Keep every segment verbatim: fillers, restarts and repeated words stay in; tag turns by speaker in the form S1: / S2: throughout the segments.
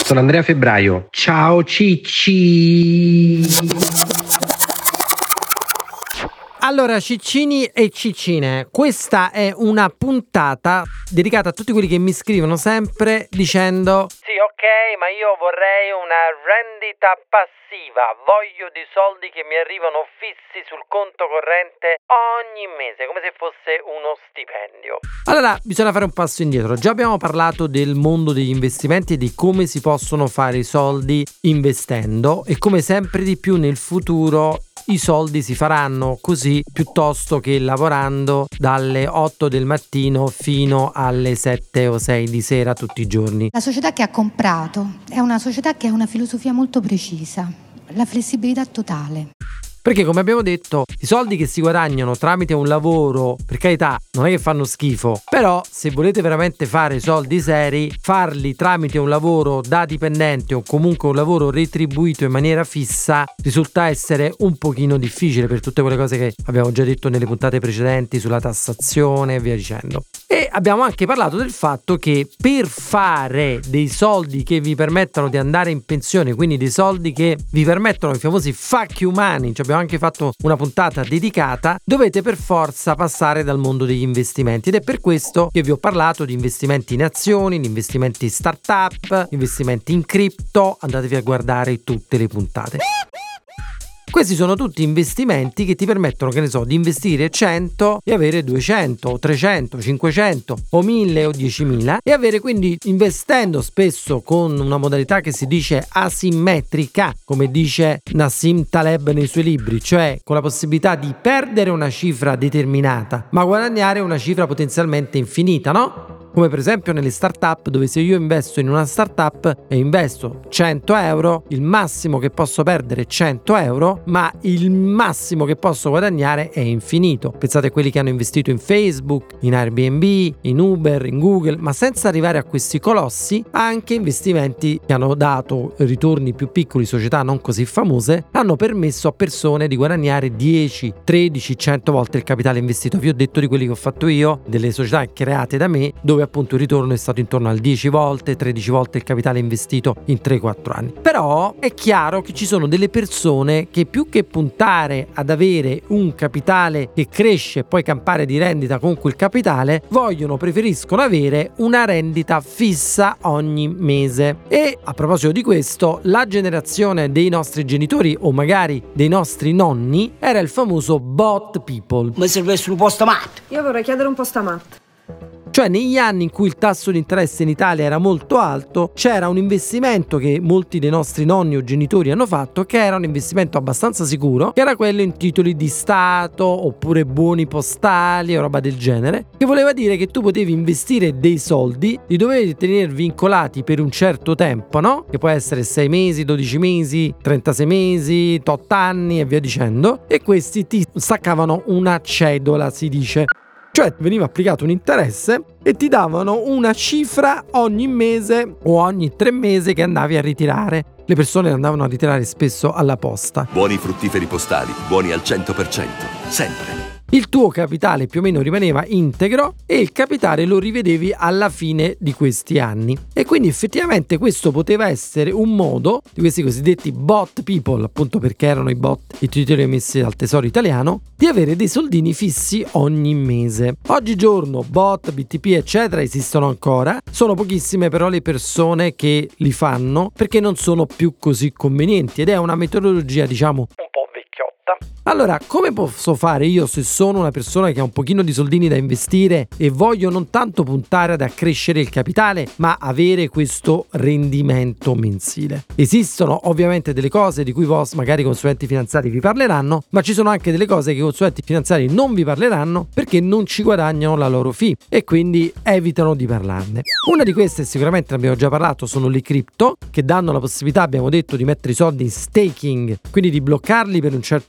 S1: Sono Andrea Febbraio. Ciao Cicci.
S2: Allora, ciccini e ciccine, questa è una puntata dedicata a tutti quelli che mi scrivono sempre dicendo: sì, ok, ma io vorrei una rendita passiva, voglio dei soldi che mi arrivano fissi sul conto corrente ogni mese, come se fosse uno stipendio. Allora, bisogna fare un passo indietro. Già abbiamo parlato del mondo degli investimenti e di come si possono fare i soldi investendo, e come sempre di più nel futuro i soldi si faranno così piuttosto che lavorando dalle otto del mattino fino alle sette o sei di sera tutti i giorni.
S3: La società che ha comprato è una società che ha una filosofia molto precisa, la flessibilità totale.
S2: Perché, come abbiamo detto, i soldi che si guadagnano tramite un lavoro, per carità, non è che fanno schifo, però se volete veramente fare soldi seri, farli tramite un lavoro da dipendente o comunque un lavoro retribuito in maniera fissa risulta essere un pochino difficile, per tutte quelle cose che abbiamo già detto nelle puntate precedenti sulla tassazione e via dicendo. E abbiamo anche parlato del fatto che per fare dei soldi che vi permettano di andare in pensione, quindi dei soldi che vi permettono i famosi fuck you money, cioè abbiamo anche fatto una puntata dedicata, dovete per forza passare dal mondo degli investimenti, ed è per questo che vi ho parlato di investimenti in azioni, di investimenti in startup, investimenti in cripto. Andatevi a guardare tutte le puntate. Questi sono tutti investimenti che ti permettono, che ne so, di investire cento e avere duecento o trecento, cinquecento o mille o diecimila, e avere quindi, investendo spesso con una modalità che si dice asimmetrica, come dice Nassim Taleb nei suoi libri, cioè con la possibilità di perdere una cifra determinata ma guadagnare una cifra potenzialmente infinita, no? Come per esempio nelle startup, dove se io investo in una startup e investo cento euro, il massimo che posso perdere è cento euro, ma il massimo che posso guadagnare è infinito. Pensate a quelli che hanno investito in Facebook, in Airbnb, in Uber, in Google, ma senza arrivare a questi colossi, anche investimenti che hanno dato ritorni più piccoli, società non così famose, hanno permesso a persone di guadagnare dieci, tredici, cento volte il capitale investito. Vi ho detto di quelli che ho fatto io, delle società create da me, dove appunto il ritorno è stato intorno al dieci volte, tredici volte il capitale investito in tre quattro anni. Però è chiaro che ci sono delle persone che, più che puntare ad avere un capitale che cresce e poi campare di rendita con quel capitale, vogliono, preferiscono avere una rendita fissa ogni mese. E a proposito di questo, la generazione dei nostri genitori o magari dei nostri nonni era il famoso bot people.
S4: Mi servesse un postamat.
S5: Io vorrei chiedere un postamat.
S2: Cioè, negli anni in cui il tasso di interesse in Italia era molto alto, c'era un investimento che molti dei nostri nonni o genitori hanno fatto, che era un investimento abbastanza sicuro, che era quello in titoli di Stato oppure buoni postali o roba del genere, che voleva dire che tu potevi investire dei soldi, li dovevi tenere vincolati per un certo tempo, no? Che può essere sei mesi, dodici mesi, trentasei mesi, otto anni e via dicendo, e questi ti staccavano una cedola, si dice. Cioè veniva applicato un interesse e ti davano una cifra ogni mese o ogni tre mesi che andavi a ritirare. Le persone andavano a ritirare spesso alla posta.
S6: Buoni fruttiferi postali, buoni al cento per cento, sempre.
S2: Il tuo capitale più o meno rimaneva integro e il capitale lo rivedevi alla fine di questi anni. E quindi effettivamente questo poteva essere un modo di questi cosiddetti bot people, appunto perché erano i bot, i titoli emessi dal Tesoro italiano, di avere dei soldini fissi ogni mese. Oggigiorno bot, B T P eccetera esistono ancora, sono pochissime però le persone che li fanno, perché non sono più così convenienti ed è una metodologia, diciamo, un po' vecchiotta. Allora, come posso fare io, se sono una persona che ha un pochino di soldini da investire e voglio non tanto puntare ad accrescere il capitale, ma avere questo rendimento mensile? Esistono ovviamente delle cose di cui vos, magari i consulenti finanziari vi parleranno, ma ci sono anche delle cose che i consulenti finanziari non vi parleranno perché non ci guadagnano la loro fee e quindi evitano di parlarne. Una di queste, sicuramente ne abbiamo già parlato, sono le cripto, che danno la possibilità, abbiamo detto, di mettere i soldi in staking, quindi di bloccarli per un certo periodo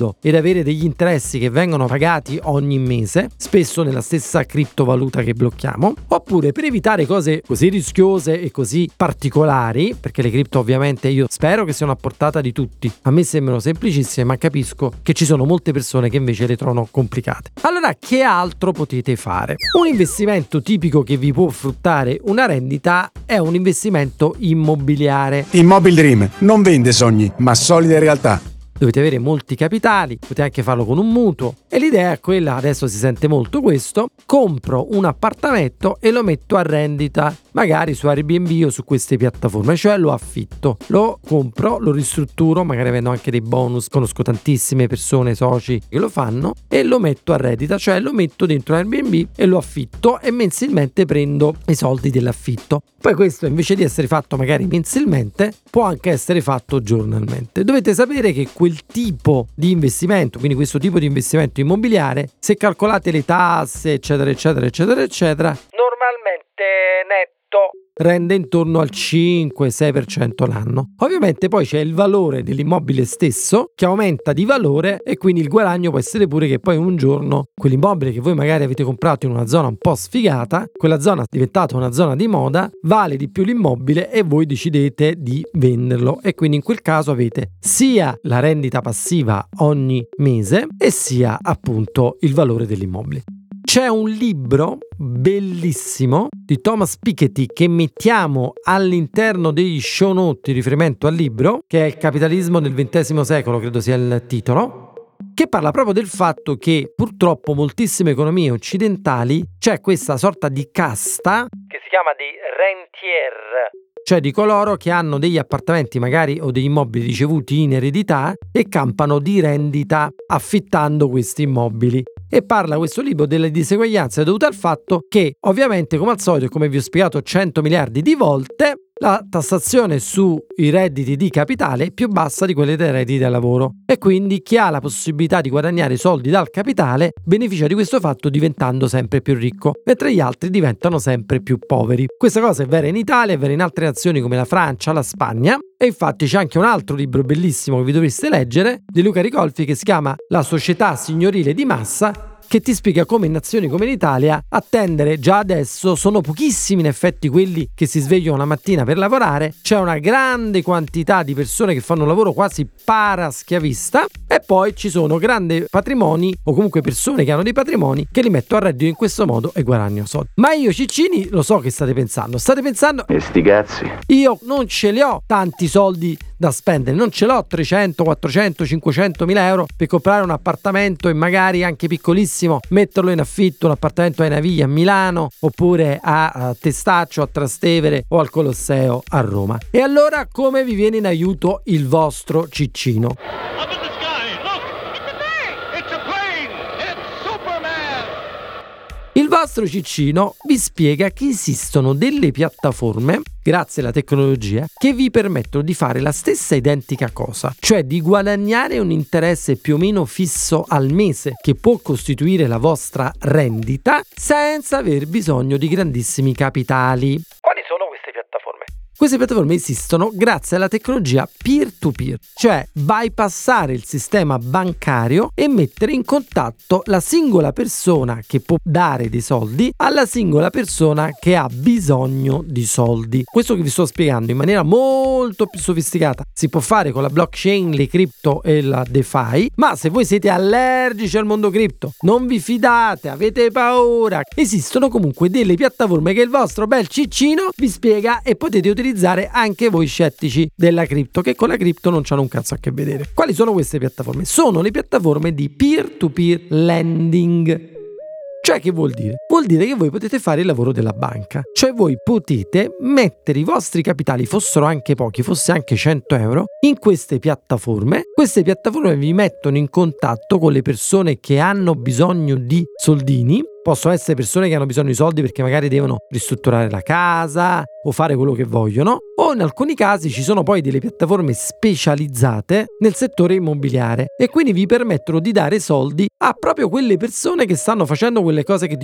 S2: fondo ed avere degli interessi che vengono pagati ogni mese, spesso nella stessa criptovaluta che blocchiamo, oppure per evitare cose così rischiose e così particolari, perché le cripto ovviamente io spero che siano a portata di tutti, a me sembrano semplicissime, ma capisco che ci sono molte persone che invece le trovano complicate. Allora, che altro potete fare? Un investimento tipico che vi può fruttare una rendita è un investimento immobiliare.
S4: Immobile Dream non vende sogni, ma solide realtà.
S2: Dovete avere molti capitali, potete anche farlo con un mutuo e l'idea è quella, adesso si sente molto questo: compro un appartamento e lo metto a rendita, magari su Airbnb o su queste piattaforme, cioè lo affitto, lo compro, lo ristrutturo, magari avendo anche dei bonus, conosco tantissime persone, soci che lo fanno, e lo metto a rendita, cioè lo metto dentro Airbnb e lo affitto e mensilmente prendo i soldi dell'affitto. Poi questo, invece di essere fatto magari mensilmente, può anche essere fatto giornalmente. Dovete sapere che quel tipo di investimento, quindi questo tipo di investimento immobiliare, se calcolate le tasse eccetera eccetera eccetera eccetera, normalmente netto rende intorno al cinque sei per cento l'anno. Ovviamente poi c'è il valore dell'immobile stesso che aumenta di valore e quindi il guadagno può essere pure che poi un giorno quell'immobile che voi magari avete comprato in una zona un po' sfigata, quella zona è diventata una zona di moda, vale di più l'immobile e voi decidete di venderlo, e quindi in quel caso avete sia la rendita passiva ogni mese e sia appunto il valore dell'immobile. C'è un libro bellissimo di Thomas Piketty che mettiamo all'interno degli show note di riferimento al libro, che è Il capitalismo del ventesimo secolo, credo sia il titolo, che parla proprio del fatto che purtroppo moltissime economie occidentali c'è questa sorta di casta che si chiama dei rentier, cioè di coloro che hanno degli appartamenti magari o degli immobili ricevuti in eredità e campano di rendita affittando questi immobili. E parla questo libro delle diseguaglianze dovute al fatto che ovviamente, come al solito e come vi ho spiegato cento miliardi di volte, la tassazione sui redditi di capitale è più bassa di quelle dei redditi da lavoro, e quindi chi ha la possibilità di guadagnare soldi dal capitale beneficia di questo fatto diventando sempre più ricco, mentre gli altri diventano sempre più poveri. Questa cosa è vera in Italia, è vera in altre nazioni come la Francia, la Spagna, e infatti c'è anche un altro libro bellissimo che vi dovreste leggere di Luca Ricolfi che si chiama La società signorile di massa, che ti spiega come in nazioni come l'Italia attendere già adesso sono pochissimi in effetti quelli che si svegliano la mattina per lavorare, c'è una grande quantità di persone che fanno un lavoro quasi paraschiavista e poi ci sono grandi patrimoni o comunque persone che hanno dei patrimoni che li metto a reddito in questo modo e guadagno soldi. Ma io ciccini lo so che state pensando, state pensando
S5: e sti cazzi,
S2: io non ce li ho tanti soldi da spendere, non ce l'ho trecento, quattrocento, cinquecento mila euro per comprare un appartamento e magari anche piccolissimo metterlo in affitto, un appartamento a Naviglia a Milano oppure a Testaccio a Trastevere o al Colosseo a Roma. E allora come vi viene in aiuto il vostro ciccino? Il vostro ciccino vi spiega che esistono delle piattaforme, grazie alla tecnologia, che vi permettono di fare la stessa identica cosa, cioè di guadagnare un interesse più o meno fisso al mese che può costituire la vostra rendita senza aver bisogno di grandissimi capitali. Quali sono queste piattaforme? Queste piattaforme esistono grazie alla tecnologia peer-to-peer, cioè bypassare il sistema bancario e mettere in contatto la singola persona che può dare dei soldi alla singola persona che ha bisogno di soldi. Questo che vi sto spiegando in maniera molto più sofisticata si può fare con la blockchain, le cripto e la DeFi, ma se voi siete allergici al mondo cripto, non vi fidate, avete paura, esistono comunque delle piattaforme che il vostro bel ciccino vi spiega e potete utilizzare anche voi scettici della cripto, che con la cripto non c'hanno un cazzo a che vedere. Quali sono queste piattaforme? Sono le piattaforme di peer-to-peer lending. Cioè, che vuol dire? Vuol dire che voi potete fare il lavoro della banca, cioè voi potete mettere i vostri capitali, fossero anche pochi, fosse anche cento euro, in queste piattaforme. Queste piattaforme vi mettono in contatto con le persone che hanno bisogno di soldini. Possono essere persone che hanno bisogno di soldi perché magari devono ristrutturare la casa o fare quello che vogliono, o in alcuni casi ci sono poi delle piattaforme specializzate nel settore immobiliare e quindi vi permettono di dare soldi a proprio quelle persone che stanno facendo quelle cose che dicevamo prima.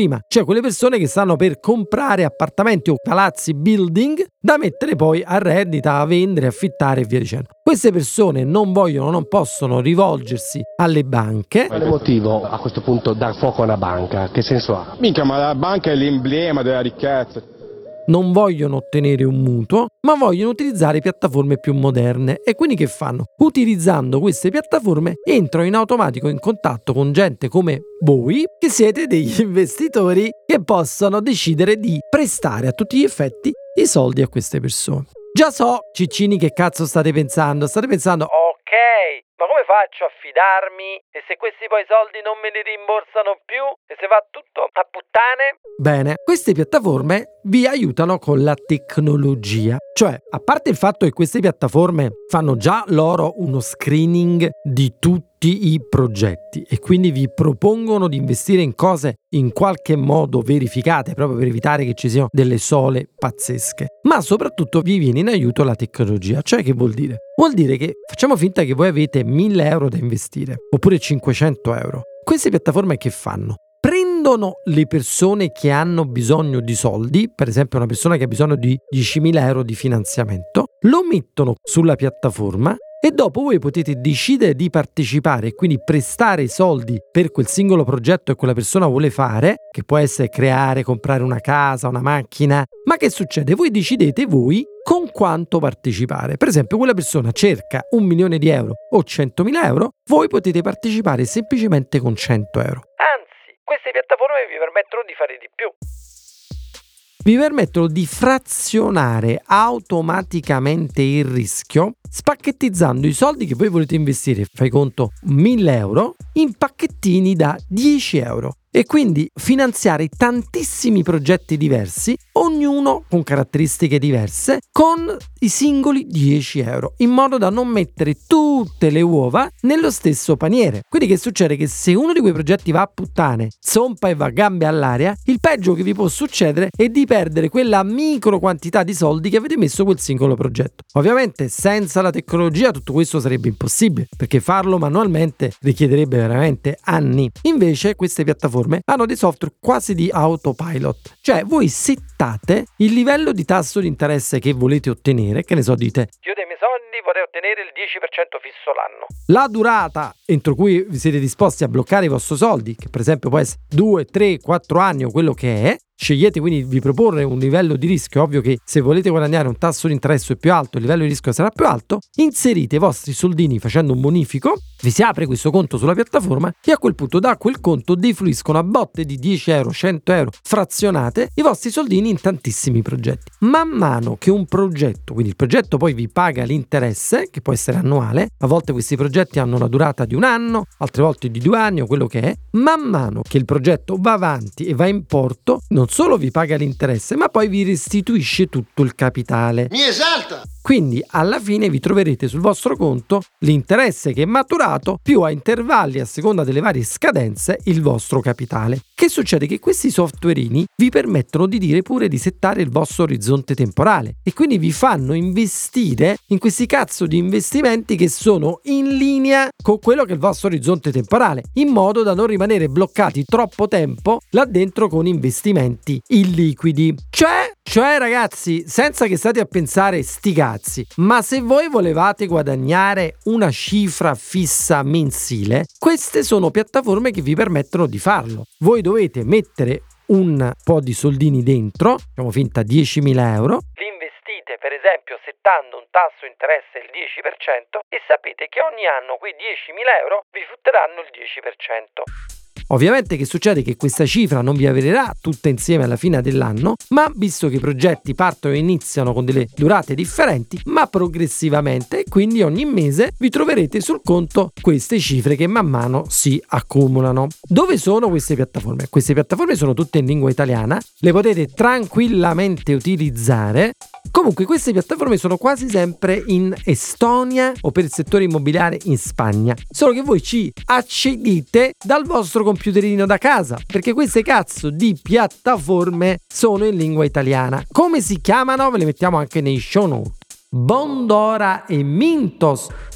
S2: prima, cioè quelle persone che stanno per comprare appartamenti o palazzi, building, da mettere poi a rendita, a vendere, affittare e via dicendo. Queste persone non vogliono, non possono rivolgersi alle banche.
S5: Quale motivo a questo punto dar fuoco a una banca? Che senso ha?
S7: Minchia, ma la banca è l'emblema della ricchezza.
S2: Non vogliono ottenere un mutuo, ma vogliono utilizzare piattaforme più moderne. E quindi che fanno? Utilizzando queste piattaforme entrano in automatico in contatto con gente come voi, che siete degli investitori che possono decidere di prestare a tutti gli effetti i soldi a queste persone. Già so, ciccini, che cazzo state pensando? State pensando, ok, ma come faccio a fidarmi? E se questi poi soldi non me li rimborsano più? E se va tutto a puttane? Bene, queste piattaforme vi aiutano con la tecnologia. Cioè, a parte il fatto che queste piattaforme fanno già loro uno screening di tutti i progetti e quindi vi propongono di investire in cose in qualche modo verificate proprio per evitare che ci siano delle sole pazzesche, ma soprattutto vi viene in aiuto la tecnologia. Cioè, che vuol dire? Vuol dire che facciamo finta che voi avete mille euro da investire oppure cinquecento euro. Queste piattaforme che fanno? Prendono le persone che hanno bisogno di soldi, per esempio una persona che ha bisogno di diecimila euro di finanziamento, lo mettono sulla piattaforma e dopo voi potete decidere di partecipare e quindi prestare i soldi per quel singolo progetto che quella persona vuole fare, che può essere creare, comprare una casa, una macchina. Ma che succede? Voi decidete voi con quanto partecipare. Per esempio, quella persona cerca un milione di euro o centomila euro, voi potete partecipare semplicemente con cento euro. Anzi, queste piattaforme vi permettono di fare di più. Vi permettono di frazionare automaticamente il rischio spacchettizzando i soldi che voi volete investire, fai conto mille euro, in pacchettini da dieci euro e quindi finanziare tantissimi progetti diversi, ognuno con caratteristiche diverse, con i singoli dieci euro, in modo da non mettere tutte le uova nello stesso paniere. Quindi che succede? Che se uno di quei progetti va a puttane, zompa e va a gambe all'aria, il peggio che vi può succedere è di perdere quella micro quantità di soldi che avete messo quel singolo progetto. Ovviamente senza la tecnologia tutto questo sarebbe impossibile, perché farlo manualmente richiederebbe veramente anni. Invece queste piattaforme hanno dei software quasi di autopilot, cioè voi settate il livello di tasso di interesse che volete ottenere, che ne so, dite io dei miei soldi vorrei ottenere il dieci per cento fisso l'anno, la durata entro cui vi siete disposti a bloccare i vostri soldi, che per esempio può essere due, tre, quattro anni o quello che è. Scegliete quindi di proporre un livello di rischio. Ovvio che se volete guadagnare un tasso di interesse più alto, il livello di rischio sarà più alto. Inserite i vostri soldini facendo un bonifico, vi si apre questo conto sulla piattaforma e a quel punto da quel conto defluiscono a botte di dieci euro, cento euro frazionate i vostri soldini in tantissimi progetti. Man mano che un progetto, quindi il progetto poi vi paga l'interesse, che può essere annuale, a volte questi progetti hanno una durata di un anno, altre volte di due anni o quello che è, man mano che il progetto va avanti e va in porto, non solo vi paga l'interesse, ma poi vi restituisce tutto il capitale.
S8: Mi esalta!
S2: Quindi alla fine vi troverete sul vostro conto l'interesse che è maturato più a intervalli a seconda delle varie scadenze il vostro capitale. Che succede? Che questi softwareini vi permettono di dire pure di settare il vostro orizzonte temporale e quindi vi fanno investire in questi cazzo di investimenti che sono in linea con quello che è il vostro orizzonte temporale, in modo da non rimanere bloccati troppo tempo là dentro con investimenti illiquidi. Cioè, cioè ragazzi, senza che state a pensare sti cazzi, ma se voi volevate guadagnare una cifra fissa mensile, queste sono piattaforme che vi permettono di farlo. Voi dovete mettere un po' di soldini dentro, facciamo finta diecimila euro, li investite per esempio settando un tasso interesse del dieci per cento e sapete che ogni anno quei diecimila euro vi frutteranno il dieci per cento. Ovviamente che succede? Che questa cifra non vi avvererà tutta insieme alla fine dell'anno, ma visto che i progetti partono e iniziano con delle durate differenti, ma progressivamente, e quindi ogni mese vi troverete sul conto queste cifre che man mano si accumulano. Dove sono queste piattaforme? Queste piattaforme sono tutte in lingua italiana, le potete tranquillamente utilizzare. Comunque queste piattaforme sono quasi sempre in Estonia o per il settore immobiliare in Spagna, solo che voi ci accedite dal vostro computerino da casa, perché queste cazzo di piattaforme sono in lingua italiana. Come si chiamano? Ve le mettiamo anche nei show notes. Bondora e Mintos.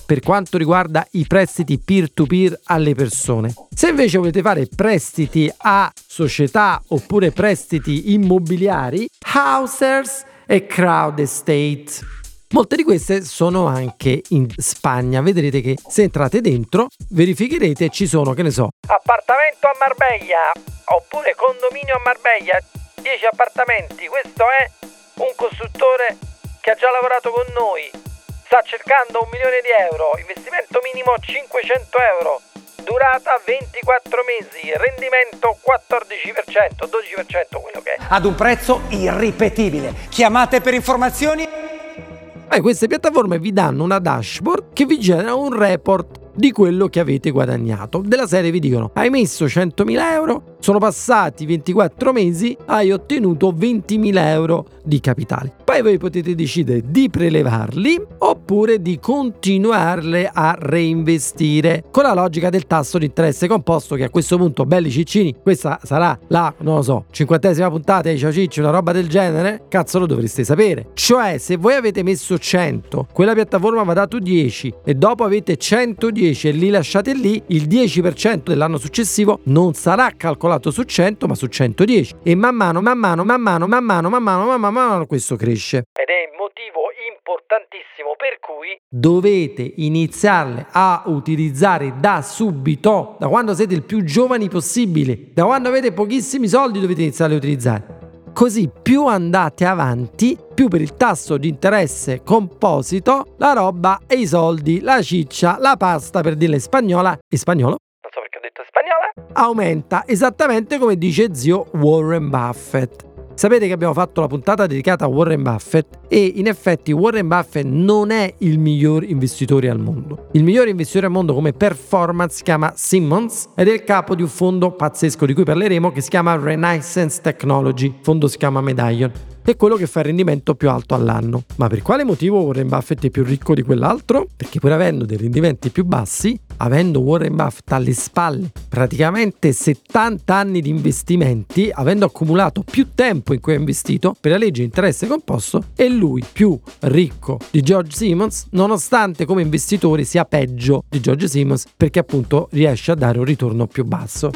S2: per quanto riguarda i prestiti peer-to-peer alle persone. Se invece volete fare prestiti a società oppure prestiti immobiliari, Housers e Crowd Estate. Molte di queste sono anche in Spagna. Vedrete che se entrate dentro verificherete ci sono, che ne so, appartamento a Marbella oppure condominio a Marbella, dieci appartamenti. Questo è un costruttore che ha già lavorato con noi, sta cercando un milione di euro, investimento minimo cinquecento euro, durata ventiquattro mesi, rendimento quattordici per cento, dodici per cento, quello che è,
S8: ad un prezzo irripetibile. Chiamate per informazioni.
S2: Eh, queste piattaforme vi danno una dashboard che vi genera un report di quello che avete guadagnato. Della serie vi dicono: hai messo centomila euro, sono passati ventiquattro mesi, hai ottenuto ventimila euro di capitali. Poi voi potete decidere di prelevarli oppure di continuarle a reinvestire con la logica del tasso di interesse composto, che a questo punto, belli ciccini, questa sarà la, non lo so, cinquantesima puntata di Ciao Cicci, una roba del genere, cazzo lo dovreste sapere. Cioè, se voi avete messo cento, quella piattaforma va dato dieci e dopo avete centodieci e li lasciate lì, il dieci per cento dell'anno successivo non sarà calcolato su cento ma su centodieci, e man mano, man mano, man mano, man mano, man mano, man mano, man mano questo cresce. Ed è il motivo importantissimo per cui dovete iniziarle a utilizzare da subito, da quando siete il più giovani possibile, da quando avete pochissimi soldi dovete iniziarle a utilizzare. Così più andate avanti, più per il tasso di interesse composito, la roba e i soldi, la ciccia, la pasta, per dirla in spagnola, in spagnolo, non so perché ho detto in spagnola, aumenta, esattamente come dice zio Warren Buffett. Sapete che abbiamo fatto la puntata dedicata a Warren Buffett e in effetti Warren Buffett non è il miglior investitore al mondo. Il miglior investitore al mondo come performance si chiama Simmons ed è il capo di un fondo pazzesco di cui parleremo che si chiama Renaissance Technology, il fondo si chiama Medallion. È quello che fa il rendimento più alto all'anno. Ma per quale motivo Warren Buffett è più ricco di quell'altro? Perché pur avendo dei rendimenti più bassi, avendo Warren Buffett alle spalle praticamente settanta anni di investimenti, avendo accumulato più tempo in cui ha investito per la legge di interesse composto, è lui più ricco di George Simmons, nonostante come investitore sia peggio di George Simmons perché appunto riesce a dare un ritorno più basso.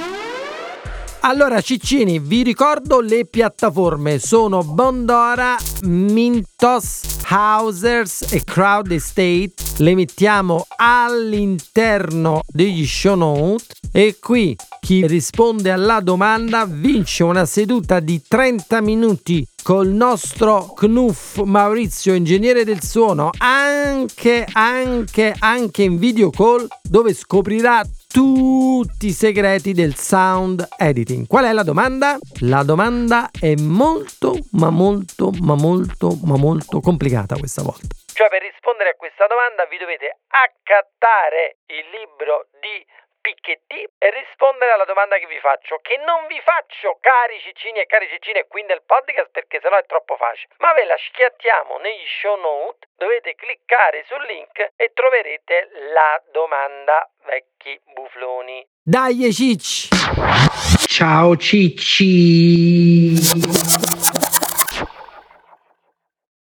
S2: Allora ciccini, vi ricordo le piattaforme sono Bondora, Mintos, Housers e Crowd Estate. Le mettiamo all'interno degli show note e qui chi risponde alla domanda vince una seduta di trenta minuti col nostro Knuff Maurizio, ingegnere del suono, anche anche anche in video call, dove scoprirà tutti i segreti del sound editing. Qual è la domanda? La domanda è molto ma molto ma molto ma molto complicata questa volta. Cioè, per rispondere a questa domanda vi dovete accattare il libro di Piketty e rispondere alla domanda che vi faccio, che non vi faccio, cari ciccini e cari ciccine, qui nel podcast, perché sennò è troppo facile, ma ve la schiattiamo negli show note. Dovete cliccare sul link e troverete la domanda, vecchi bufloni. Dai cicci!
S1: Ciao Cicci!